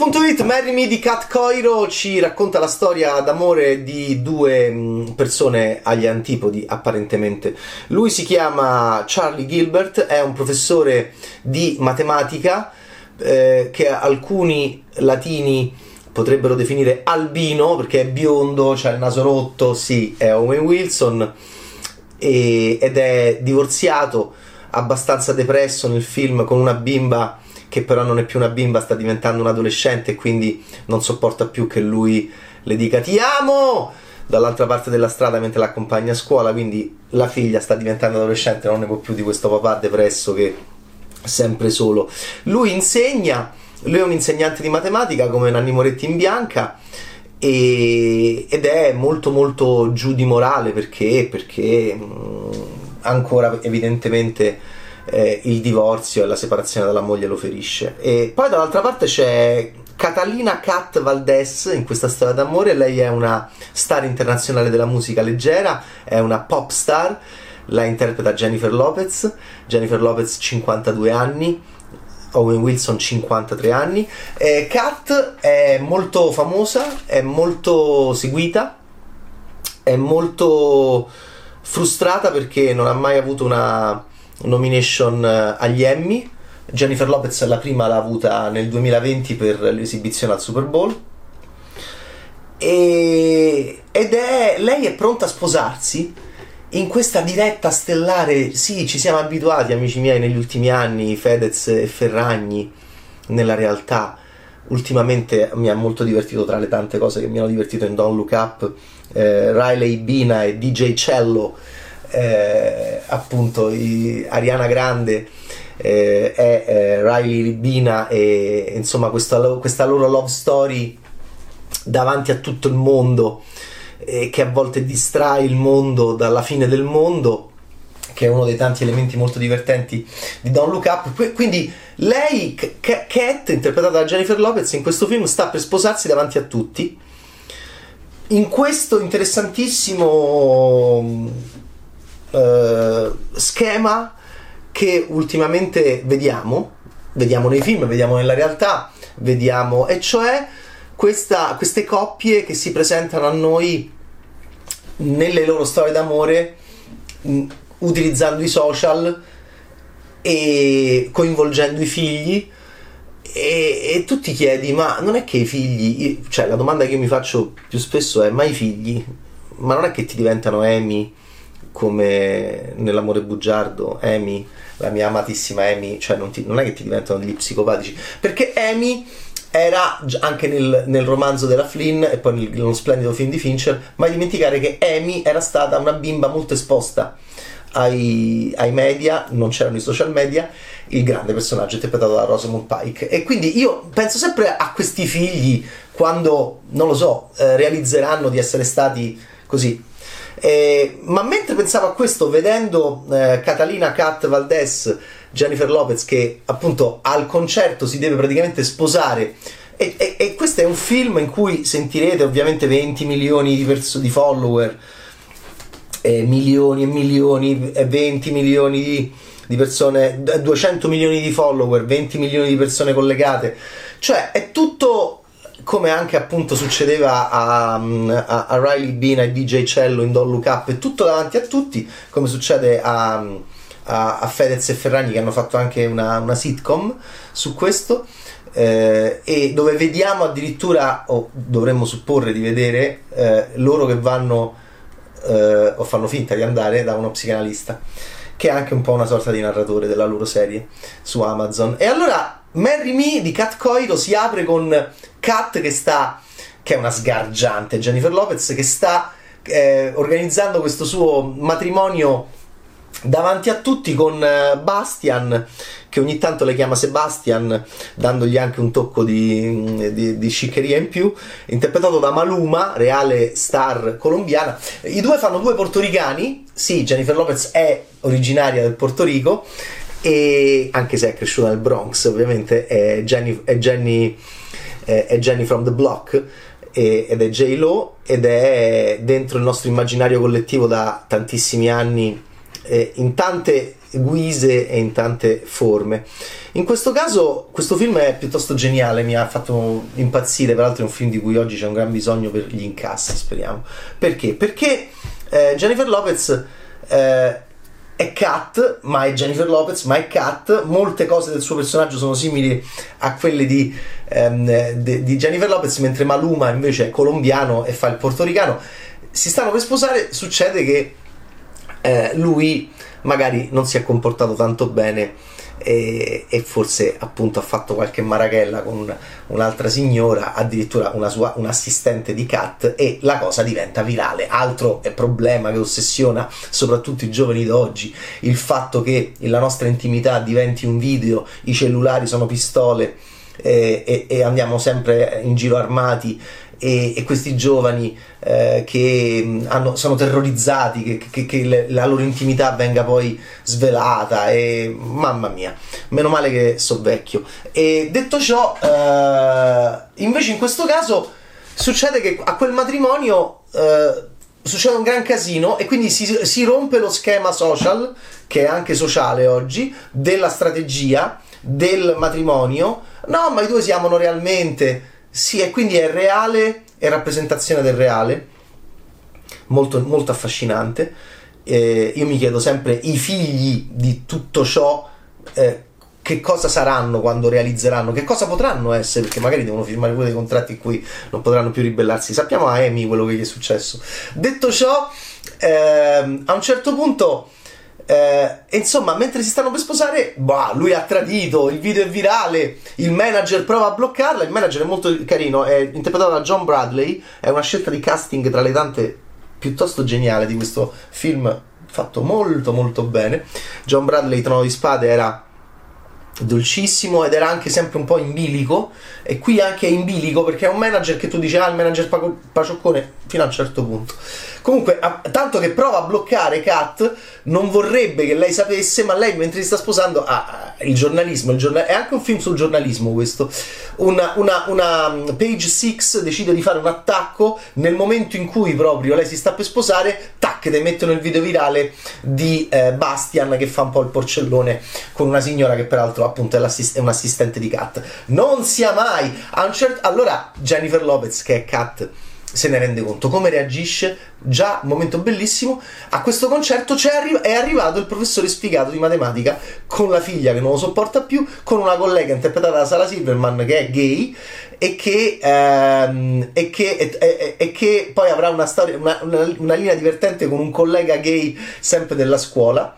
Punto.it, Marry Me di Kat Coiro ci racconta la storia d'amore di due persone agli antipodi apparentemente. Lui si chiama Charlie Gilbert, è un professore di matematica che alcuni latini potrebbero definire albino perché è biondo, c'ha il naso rotto, sì, è Owen Wilson, ed è divorziato, abbastanza depresso nel film, con una bimba che però non è più una bimba, sta diventando un adolescente e quindi non sopporta più che lui le dica ti amo dall'altra parte della strada mentre l'accompagna a scuola, quindi la figlia sta diventando adolescente, non ne può più di questo papà depresso che è sempre solo. Lui insegna, lui è un insegnante di matematica come Nanni Moretti in Bianca ed è molto molto giù di morale perché ancora evidentemente il divorzio e la separazione dalla moglie lo ferisce. E poi dall'altra parte c'è Catalina Kat Valdés in questa storia d'amore. Lei è una star internazionale della musica leggera, è una pop star, la interpreta Jennifer Lopez. Jennifer Lopez 52 anni, Owen Wilson 53 anni. Kat è molto famosa, è molto seguita, è molto frustrata perché non ha mai avuto una nomination agli Emmy. Jennifer Lopez la prima l'ha avuta nel 2020 per l'esibizione al Super Bowl lei è pronta a sposarsi in questa diretta stellare. Sì, ci siamo abituati, amici miei, negli ultimi anni, Fedez e Ferragni nella realtà. Ultimamente mi ha molto divertito, tra le tante cose che mi hanno divertito in Don't Look Up, Riley Bina e DJ Cello, appunto Ariana Grande è Riley Bina e insomma questa loro love story davanti a tutto il mondo, che a volte distrae il mondo dalla fine del mondo, che è uno dei tanti elementi molto divertenti di Don't Look Up. Quindi lei, Kat, interpretata da Jennifer Lopez, in questo film sta per sposarsi davanti a tutti in questo interessantissimo schema che ultimamente vediamo nei film, vediamo nella realtà, e cioè queste coppie che si presentano a noi nelle loro storie d'amore utilizzando i social e coinvolgendo i figli, e tu ti chiedi, ma non è che i figli, cioè la domanda che io mi faccio più spesso è: ma i figli, ma non è che ti diventano Amy come nell'amore bugiardo? Amy, la mia amatissima Amy, cioè non è che ti diventano degli psicopatici, perché Amy era anche nel romanzo della Flynn e poi nello splendido film di Fincher. Mai dimenticare che Amy era stata una bimba molto esposta ai media, non c'erano i social media, il grande personaggio interpretato da Rosamund Pike. E quindi io penso sempre a questi figli quando, non lo so, realizzeranno di essere stati così. Ma mentre pensavo a questo, vedendo Catalina Kat Valdés, Jennifer Lopez, che appunto al concerto si deve praticamente sposare, e questo è un film in cui sentirete ovviamente 20 milioni di follower, milioni e milioni, 20 milioni di persone, 200 milioni di follower, 20 milioni di persone collegate, cioè è tutto come anche appunto succedeva a Riley Bina e DJ Cello in Don't Look Up, è tutto davanti a tutti, come succede a Fedez e Ferragni, che hanno fatto anche una sitcom su questo, e dove vediamo addirittura, o dovremmo supporre di vedere, loro che vanno o fanno finta di andare da uno psicanalista, che è anche un po' una sorta di narratore della loro serie su Amazon. E allora Marry Me di Kat Coiro si apre con Kat che è una sgargiante Jennifer Lopez, che sta organizzando questo suo matrimonio davanti a tutti con Bastian, che ogni tanto le chiama Sebastian, dandogli anche un tocco di sciccheria in più, interpretato da Maluma, reale star colombiana. I due fanno due portoricani. Sì, Jennifer Lopez è originaria del Porto Rico, e anche se è cresciuta nel Bronx, ovviamente è Jenny from the Block, ed è J-Lo, ed è dentro il nostro immaginario collettivo da tantissimi anni, in tante guise e in tante forme. In questo caso questo film è piuttosto geniale, mi ha fatto impazzire, peraltro è un film di cui oggi c'è un gran bisogno per gli incassi, speriamo. Perché? Perché Jennifer Lopez è Kat, ma è Jennifer Lopez, ma è Kat. Molte cose del suo personaggio sono simili a quelle di Jennifer Lopez, mentre Maluma invece è colombiano e fa il portoricano. Si stanno per sposare, succede che lui magari non si è comportato tanto bene e forse appunto ha fatto qualche marachella con un'altra signora, addirittura un assistente di Kat, e la cosa diventa virale. Altro problema che ossessiona soprattutto i giovani d'oggi, il fatto che la nostra intimità diventi un video, i cellulari sono pistole e andiamo sempre in giro armati, e questi giovani che sono terrorizzati che la loro intimità venga poi svelata, e mamma mia, meno male che so vecchio. E detto ciò, invece in questo caso succede che a quel matrimonio succede un gran casino, e quindi si rompe lo schema social, che è anche sociale oggi, della strategia del matrimonio. No, ma i due si amano realmente. Sì, e quindi è reale, è rappresentazione del reale, molto, molto affascinante. Io mi chiedo sempre, i figli di tutto ciò che cosa saranno quando realizzeranno, che cosa potranno essere, perché magari devono firmare pure dei contratti in cui non potranno più ribellarsi. Sappiamo a Amy quello che gli è successo. Detto ciò, a un certo punto, insomma, mentre si stanno per sposare, lui ha tradito, il video è virale, il manager prova a bloccarla. Il manager è molto carino, è interpretato da John Bradley, è una scelta di casting tra le tante piuttosto geniale di questo film, fatto molto molto bene. John Bradley, Trono di Spade, era dolcissimo ed era anche sempre un po' in bilico, e qui anche è in bilico perché è un manager che tu dici, il manager pacioccone fino a un certo punto. Comunque, tanto che prova a bloccare Kat, non vorrebbe che lei sapesse, ma lei mentre si sta sposando il giornalismo, è anche un film sul giornalismo questo. Una Page 6 decide di fare un attacco nel momento in cui proprio lei si sta per sposare, tac, te mettono il video virale di Bastian che fa un po' il porcellone con una signora che peraltro appunto è un assistente di Kat. Non sia mai allora Jennifer Lopez, che è Kat, se ne rende conto. Come reagisce? Già, un momento bellissimo. A questo concerto è arrivato il professore sfigato di matematica con la figlia che non lo sopporta più, con una collega interpretata da Sarah Silverman che è gay e che poi avrà una storia, una linea divertente con un collega gay sempre della scuola.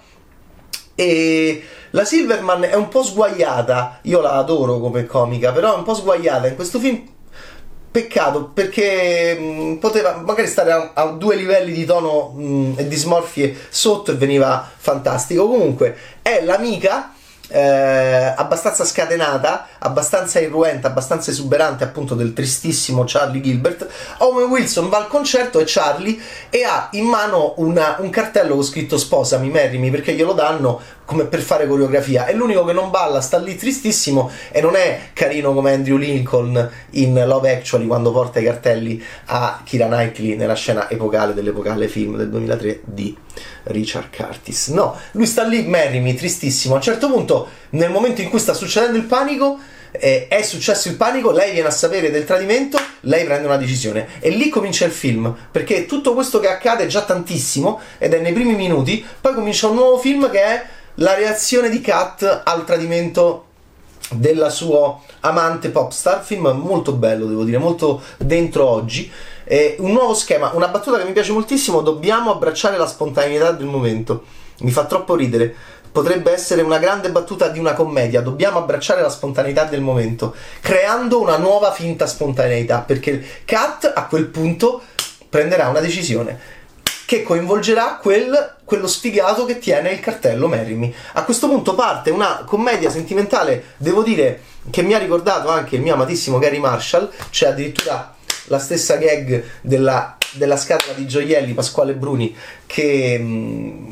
E la Silverman è un po' sguaiata, io la adoro come comica, però è un po' sguaiata in questo film. Peccato, perché poteva magari stare a 2 livelli di tono e di smorfie sotto e veniva fantastico. Comunque è l'amica abbastanza scatenata, abbastanza irruenta, abbastanza esuberante appunto del tristissimo Charlie Gilbert. Owen Wilson va al concerto, è Charlie, e ha in mano un cartello con scritto "sposami, marrymi", perché glielo danno come per fare coreografia. È l'unico che non balla, sta lì tristissimo, e non è carino come Andrew Lincoln in Love Actually, quando porta i cartelli a Keira Knightley nella scena epocale dell'epocale film del 2003 di Richard Curtis. No, lui sta lì, marrymi, tristissimo. A un certo punto, nel momento in cui sta succedendo il panico, è successo il panico, lei viene a sapere del tradimento, lei prende una decisione, e lì comincia il film, perché tutto questo che accade è già tantissimo ed è nei primi minuti. Poi comincia un nuovo film che è la reazione di Kat al tradimento della sua amante popstar. Film molto bello, devo dire, molto dentro oggi. Un nuovo schema, una battuta che mi piace moltissimo: dobbiamo abbracciare la spontaneità del momento. Mi fa troppo ridere, potrebbe essere una grande battuta di una commedia. Dobbiamo abbracciare la spontaneità del momento, creando una nuova finta spontaneità, perché Kat a quel punto prenderà una decisione che coinvolgerà quello sfigato che tiene il cartello "Marry Me". A questo punto parte una commedia sentimentale, devo dire, che mi ha ricordato anche il mio amatissimo Gary Marshall. C'è addirittura la stessa gag della scatola di gioielli Pasquale Bruni, che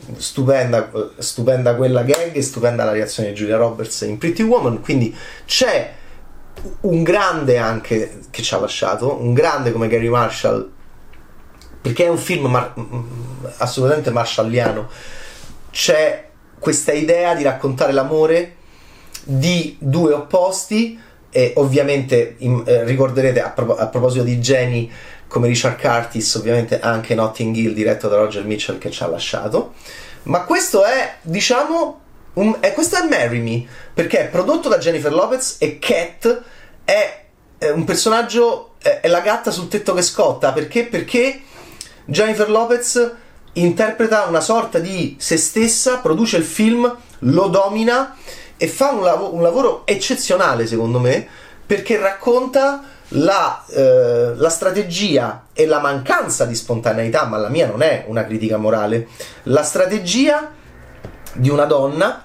stupenda quella gag, e stupenda la reazione di Julia Roberts in Pretty Woman. Quindi c'è un grande anche che ci ha lasciato, un grande come Gary Marshall, perché è un film assolutamente marshalliano. C'è questa idea di raccontare l'amore di due opposti. E ovviamente ricorderete a proposito di geni come Richard Curtis, ovviamente anche Notting Hill diretto da Roger Mitchell che ci ha lasciato. Ma questo è, diciamo, questo è Marry Me, perché è prodotto da Jennifer Lopez e Cat è un personaggio, è la gatta sul tetto che scotta. Perché Jennifer Lopez interpreta una sorta di se stessa, produce il film, lo domina e fa un lavoro eccezionale secondo me, perché racconta la strategia e la mancanza di spontaneità, ma la mia non è una critica morale, la strategia di una donna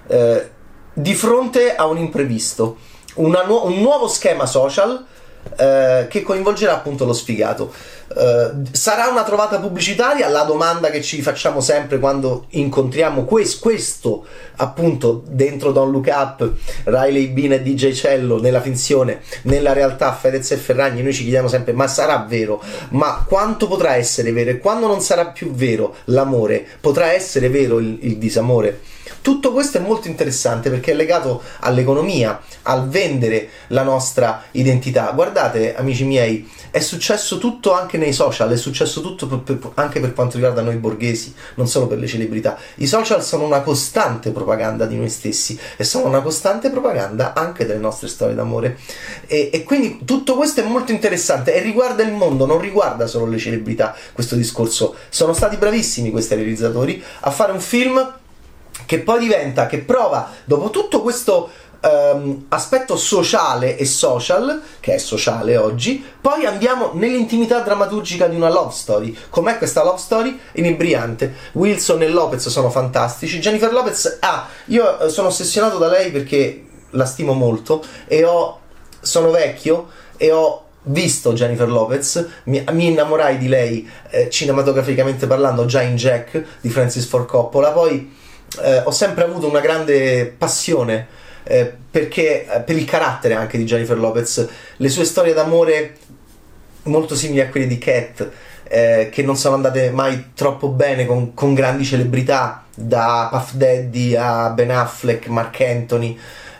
di fronte a un imprevisto, un nuovo schema social che coinvolgerà appunto lo sfigato. Sarà una trovata pubblicitaria? La domanda che ci facciamo sempre quando incontriamo questo appunto dentro Don't Look Up, Riley Bean e DJ Cello nella finzione, nella realtà Fedez e Ferragni, noi ci chiediamo sempre: ma sarà vero? Ma quanto potrà essere vero? E quando non sarà più vero l'amore, potrà essere vero il disamore? Tutto questo è molto interessante perché è legato all'economia, al vendere la nostra identità. Guardate, amici miei, è successo tutto anche nei social, è successo tutto anche per quanto riguarda noi borghesi, non solo per le celebrità. I social sono una costante propaganda di noi stessi e sono una costante propaganda anche delle nostre storie d'amore. E quindi tutto questo è molto interessante e riguarda il mondo, non riguarda solo le celebrità. Questo discorso, sono stati bravissimi questi realizzatori a fare un film che poi diventa, che prova, dopo tutto questo aspetto sociale e social, che è sociale oggi, poi andiamo nell'intimità drammaturgica di una love story. Com'è questa love story? Inebriante. Wilson e Lopez sono fantastici. Jennifer Lopez, io sono ossessionato da lei perché la stimo molto e sono vecchio e ho visto Jennifer Lopez, mi innamorai di lei cinematograficamente parlando già in Jack di Francis Ford Coppola. Poi ho sempre avuto una grande passione perché per il carattere anche di Jennifer Lopez, le sue storie d'amore molto simili a quelle di Cat, che non sono andate mai troppo bene con grandi celebrità, da Puff Daddy a Ben Affleck, Mark Anthony,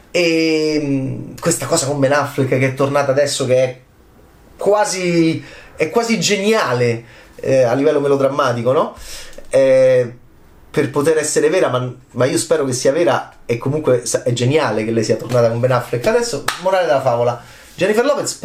e questa cosa con Ben Affleck che è tornata adesso, che è quasi geniale a livello melodrammatico, no? Per poter essere vera, ma io spero che sia vera, e comunque è geniale che lei sia tornata con Ben Affleck. Adesso, morale della favola, Jennifer Lopez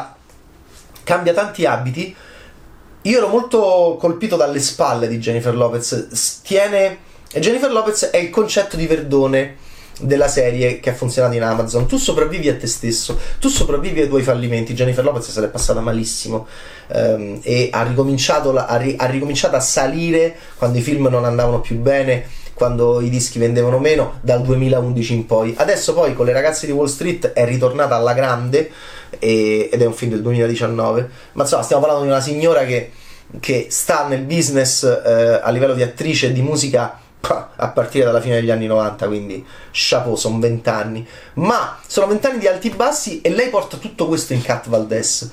cambia tanti abiti. Io ero molto colpito dalle spalle di Jennifer Lopez. Jennifer Lopez è il concetto di Verdone della serie che ha funzionato in Amazon. Tu sopravvivi a te stesso, tu sopravvivi ai tuoi fallimenti. Jennifer Lopez se l'è passata malissimo e ha ricominciato a salire quando i film non andavano più bene, quando i dischi vendevano meno, dal 2011 in poi. Adesso poi con Le ragazze di Wall Street è ritornata alla grande ed è un film del 2019, ma insomma stiamo parlando di una signora che sta nel business a livello di attrice e di musica a partire dalla fine degli anni 90, quindi chapeau, sono 20 anni, ma sono 20 anni di alti e bassi, e lei porta tutto questo in Cat Valdez.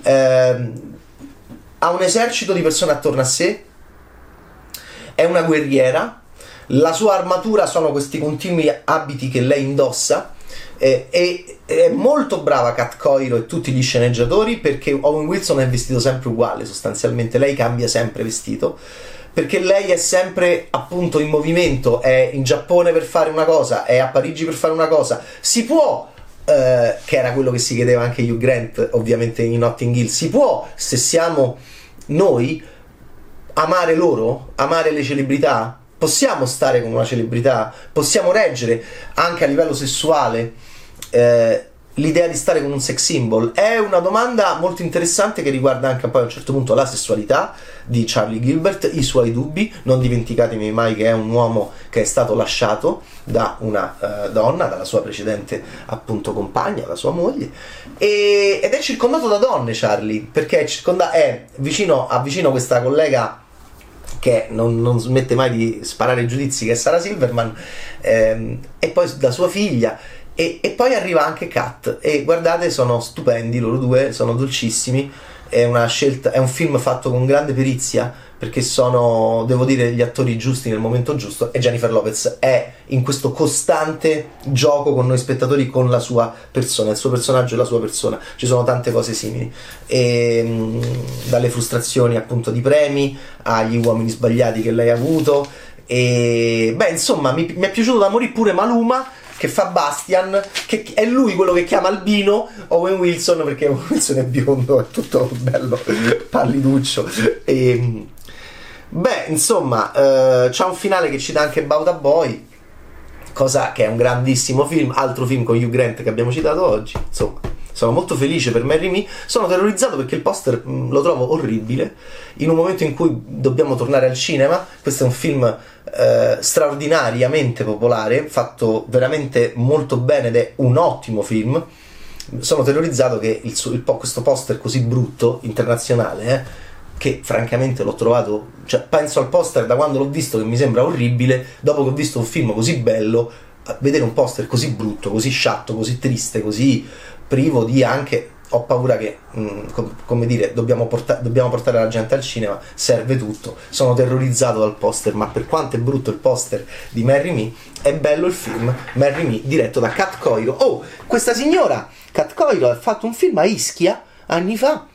Ha un esercito di persone attorno a sé, è una guerriera, la sua armatura sono questi continui abiti che lei indossa, e è molto brava Cat Coiro e tutti gli sceneggiatori, perché Owen Wilson è vestito sempre uguale sostanzialmente, lei cambia sempre vestito, perché lei è sempre appunto in movimento, è in Giappone per fare una cosa, è a Parigi per fare una cosa. Si può, che era quello che si chiedeva anche Hugh Grant ovviamente in Notting Hill, si può, se siamo noi, amare loro, amare le celebrità? Possiamo stare con una celebrità? Possiamo reggere anche a livello sessuale l'idea di stare con un sex symbol? È una domanda molto interessante che riguarda anche poi a un certo punto la sessualità di Charlie Gilbert, i suoi dubbi. Non dimenticatevi mai che è un uomo che è stato lasciato da una donna, dalla sua precedente appunto compagna, la sua moglie, ed è circondato da donne Charlie, perché è vicino questa collega che non smette mai di sparare giudizi, che è Sarah Silverman, e poi da sua figlia. E poi arriva anche Kat, e guardate, sono stupendi loro due, sono dolcissimi. è una scelta, è un film fatto con grande perizia, perché sono, devo dire, gli attori giusti nel momento giusto, e Jennifer Lopez è in questo costante gioco con noi spettatori, con la sua persona, il suo personaggio e la sua persona. Ci sono tante cose simili, e dalle frustrazioni appunto di premi agli uomini sbagliati che lei ha avuto, e beh, insomma, mi è piaciuto da morire pure Maluma, che fa Bastian, che è lui quello che chiama albino Owen Wilson, perché Owen Wilson è biondo, è tutto bello palliduccio, e beh, insomma, c'ha un finale che ci dà anche About a Boy, cosa che è un grandissimo film, altro film con Hugh Grant che abbiamo citato oggi. Insomma, sono molto felice per Marry Me. Sono terrorizzato perché il poster lo trovo orribile in un momento in cui dobbiamo tornare al cinema. Questo è un film straordinariamente popolare, fatto veramente molto bene, ed è un ottimo film. Sono terrorizzato che questo poster così brutto, internazionale, che francamente l'ho trovato, cioè penso al poster da quando l'ho visto che mi sembra orribile, dopo che ho visto un film così bello, a vedere un poster così brutto, così sciatto, così triste, così privo di anche, ho paura che come dire, dobbiamo portare la gente al cinema, serve tutto. Sono terrorizzato dal poster, ma per quanto è brutto il poster di Marry Me, è bello il film Marry Me, diretto da Kat Coiro. Oh, questa signora Kat Coiro ha fatto un film a Ischia anni fa.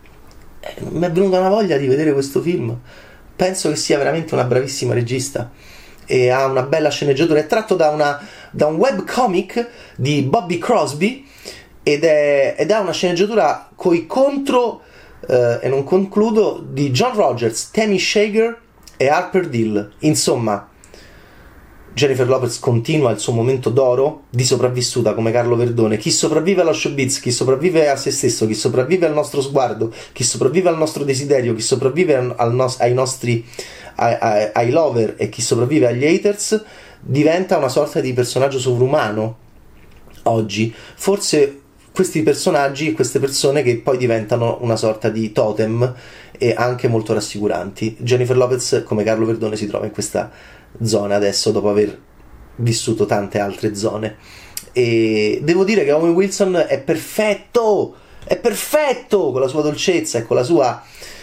Mi è venuta una voglia di vedere questo film. Penso che sia veramente una bravissima regista e ha una bella sceneggiatura. È tratto da un webcomic di Bobby Crosby ed ha una sceneggiatura coi contro e non concludo, di John Rogers, Tammy Shager e Harper Dill. Insomma, Jennifer Lopez continua il suo momento d'oro di sopravvissuta come Carlo Verdone. Chi sopravvive allo showbiz, chi sopravvive a se stesso, chi sopravvive al nostro sguardo, chi sopravvive al nostro desiderio, chi sopravvive ai lover e chi sopravvive agli haters, diventa una sorta di personaggio sovrumano oggi. Forse questi personaggi e queste persone che poi diventano una sorta di totem, e anche molto rassicuranti. Jennifer Lopez come Carlo Verdone si trova in questa zona adesso, dopo aver vissuto tante altre zone, e devo dire che Owen Wilson è perfetto con la sua dolcezza e con la sua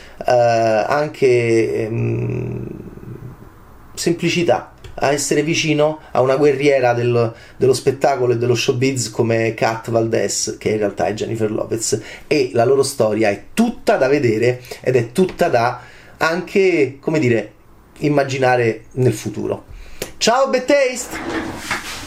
anche semplicità a essere vicino a una guerriera dello spettacolo e dello showbiz come Kat Valdez, che in realtà è Jennifer Lopez, e la loro storia è tutta da vedere ed è tutta da anche, come dire, immaginare nel futuro. Ciao Bad Taste!